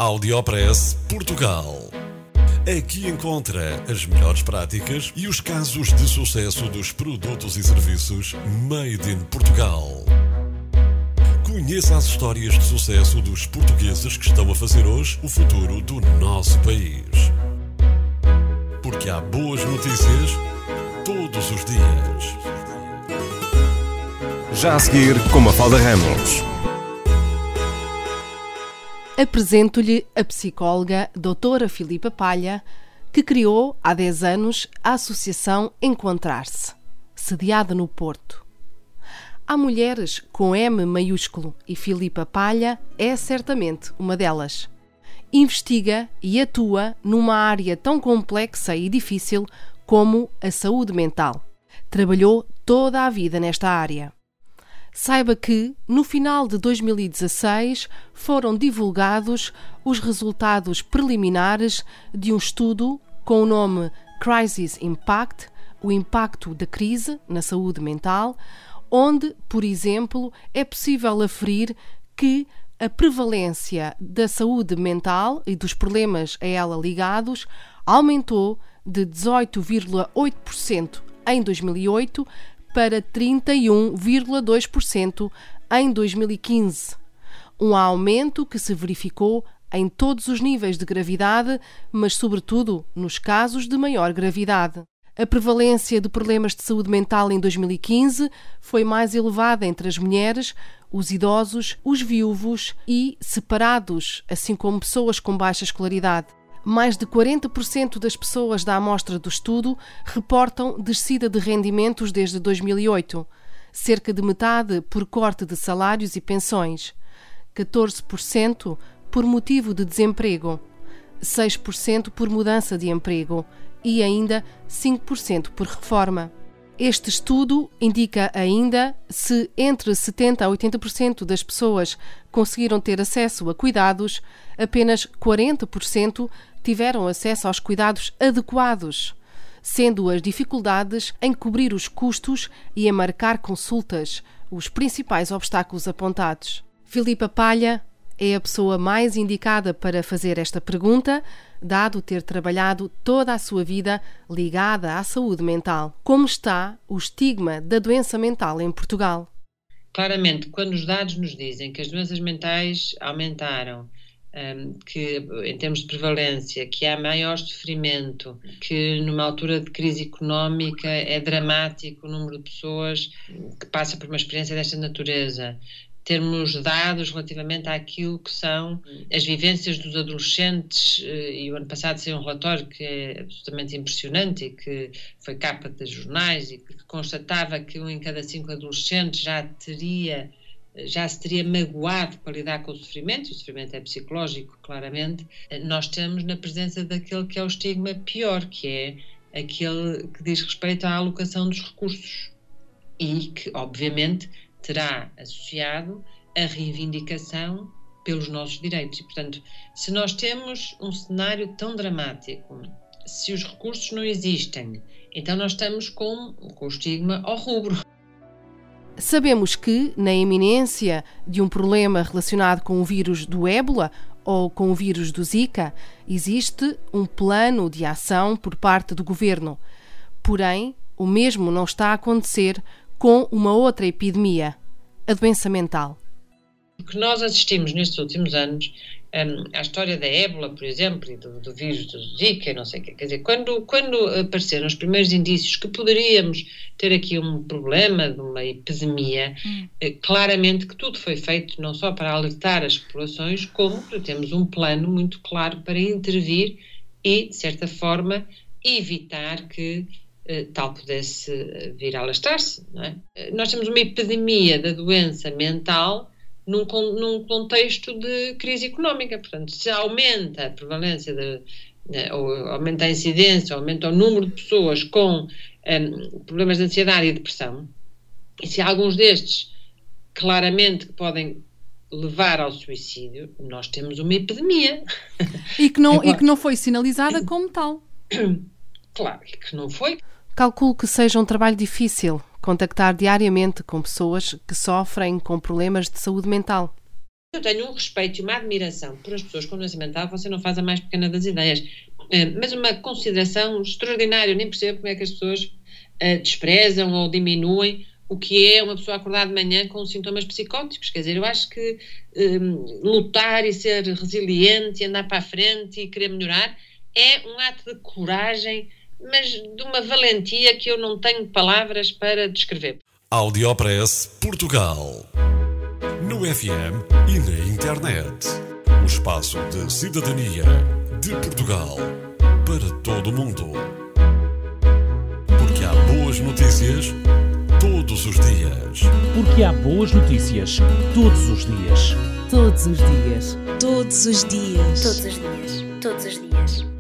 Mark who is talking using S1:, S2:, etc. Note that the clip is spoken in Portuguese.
S1: Audiopress Portugal. Aqui encontra as melhores práticas e os casos de sucesso dos produtos e serviços Made in Portugal. Conheça as histórias de sucesso dos portugueses que estão a fazer hoje o futuro do nosso país. Porque há boas notícias todos os dias.
S2: Já a seguir, com Mafalda Ramos.
S3: Apresento-lhe a psicóloga doutora Filipa Palha, que criou há 10 anos a Associação Encontrar-se, sediada no Porto. Há mulheres com M maiúsculo e Filipa Palha é certamente uma delas. Investiga e atua numa área tão complexa e difícil como a saúde mental. Trabalhou toda a vida nesta área. Saiba que, no final de 2016, foram divulgados os resultados preliminares de um estudo com o nome Crisis Impact, o impacto da crise na saúde mental, onde, por exemplo, é possível aferir que a prevalência da saúde mental e dos problemas a ela ligados aumentou de 18,8% em 2008 para 31,2% em 2015. Um aumento que se verificou em todos os níveis de gravidade, mas sobretudo nos casos de maior gravidade. A prevalência de problemas de saúde mental em 2015 foi mais elevada entre as mulheres, os idosos, os viúvos e separados, assim como pessoas com baixa escolaridade. Mais de 40% das pessoas da amostra do estudo reportam descida de rendimentos desde 2008, cerca de metade por corte de salários e pensões, 14% por motivo de desemprego, 6% por mudança de emprego e ainda 5% por reforma. Este estudo indica ainda se entre 70% a 80% das pessoas conseguiram ter acesso a cuidados, apenas 40% tiveram acesso aos cuidados adequados, sendo as dificuldades em cobrir os custos e em marcar consultas os principais obstáculos apontados. Filipa Palha é a pessoa mais indicada para fazer esta pergunta, dado ter trabalhado toda a sua vida ligada à saúde mental. Como está o estigma da doença mental em Portugal?
S4: Claramente, quando os dados nos dizem que as doenças mentais aumentaram, que em termos de prevalência, que há maior sofrimento, que numa altura de crise económica é dramático o número de pessoas que passa por uma experiência desta natureza, termos dados relativamente àquilo que são as vivências dos adolescentes, e o ano passado saiu um relatório que é absolutamente impressionante e que foi capa de jornais e que constatava que 1 em cada 5 adolescentes já se teria magoado para lidar com o sofrimento, e o sofrimento é psicológico, claramente. Nós estamos na presença daquele que é o estigma pior, que é aquele que diz respeito à alocação dos recursos e que, obviamente, terá associado a reivindicação pelos nossos direitos. E, portanto, se nós temos um cenário tão dramático, se os recursos não existem, então nós estamos com o estigma ao rubro.
S3: Sabemos que, na iminência de um problema relacionado com o vírus do ébola ou com o vírus do Zika, existe um plano de ação por parte do governo. Porém, o mesmo não está a acontecer com uma outra epidemia, a doença mental.
S4: O que nós assistimos nestes últimos anos, à história da ébola, por exemplo, e do vírus do Zika, não sei o quê, quer dizer, quando apareceram os primeiros indícios que poderíamos ter aqui um problema de uma epidemia, claramente que tudo foi feito não só para alertar as populações, como temos um plano muito claro para intervir e, de certa forma, evitar que tal pudesse vir a alastrar-se, não é? Nós temos uma epidemia da doença mental num contexto de crise económica. Portanto, se aumenta a prevalência, ou aumenta a incidência, aumenta o número de pessoas com problemas de ansiedade e depressão, e se há alguns destes claramente que podem levar ao suicídio, nós temos uma epidemia.
S5: E que não foi sinalizada como tal.
S4: Claro, que não foi.
S3: Calculo que seja um trabalho difícil contactar diariamente com pessoas que sofrem com problemas de saúde mental.
S4: Eu tenho um respeito e uma admiração por as pessoas com doença mental que você não faz a mais pequena das ideias, mas uma consideração extraordinária. Eu nem percebo como é que as pessoas desprezam ou diminuem o que é uma pessoa acordar de manhã com sintomas psicóticos. Quer dizer, eu acho que lutar e ser resiliente e andar para a frente e querer melhorar é um ato de coragem, mas de uma valentia que eu não tenho palavras para descrever.
S1: Audiopress Portugal. No FM e na internet. O espaço de cidadania de Portugal para todo o mundo. Porque há boas notícias todos os dias.
S6: Porque há boas notícias todos os dias.
S7: Todos os dias.
S8: Todos os dias.
S7: Todos os dias. Todos os dias.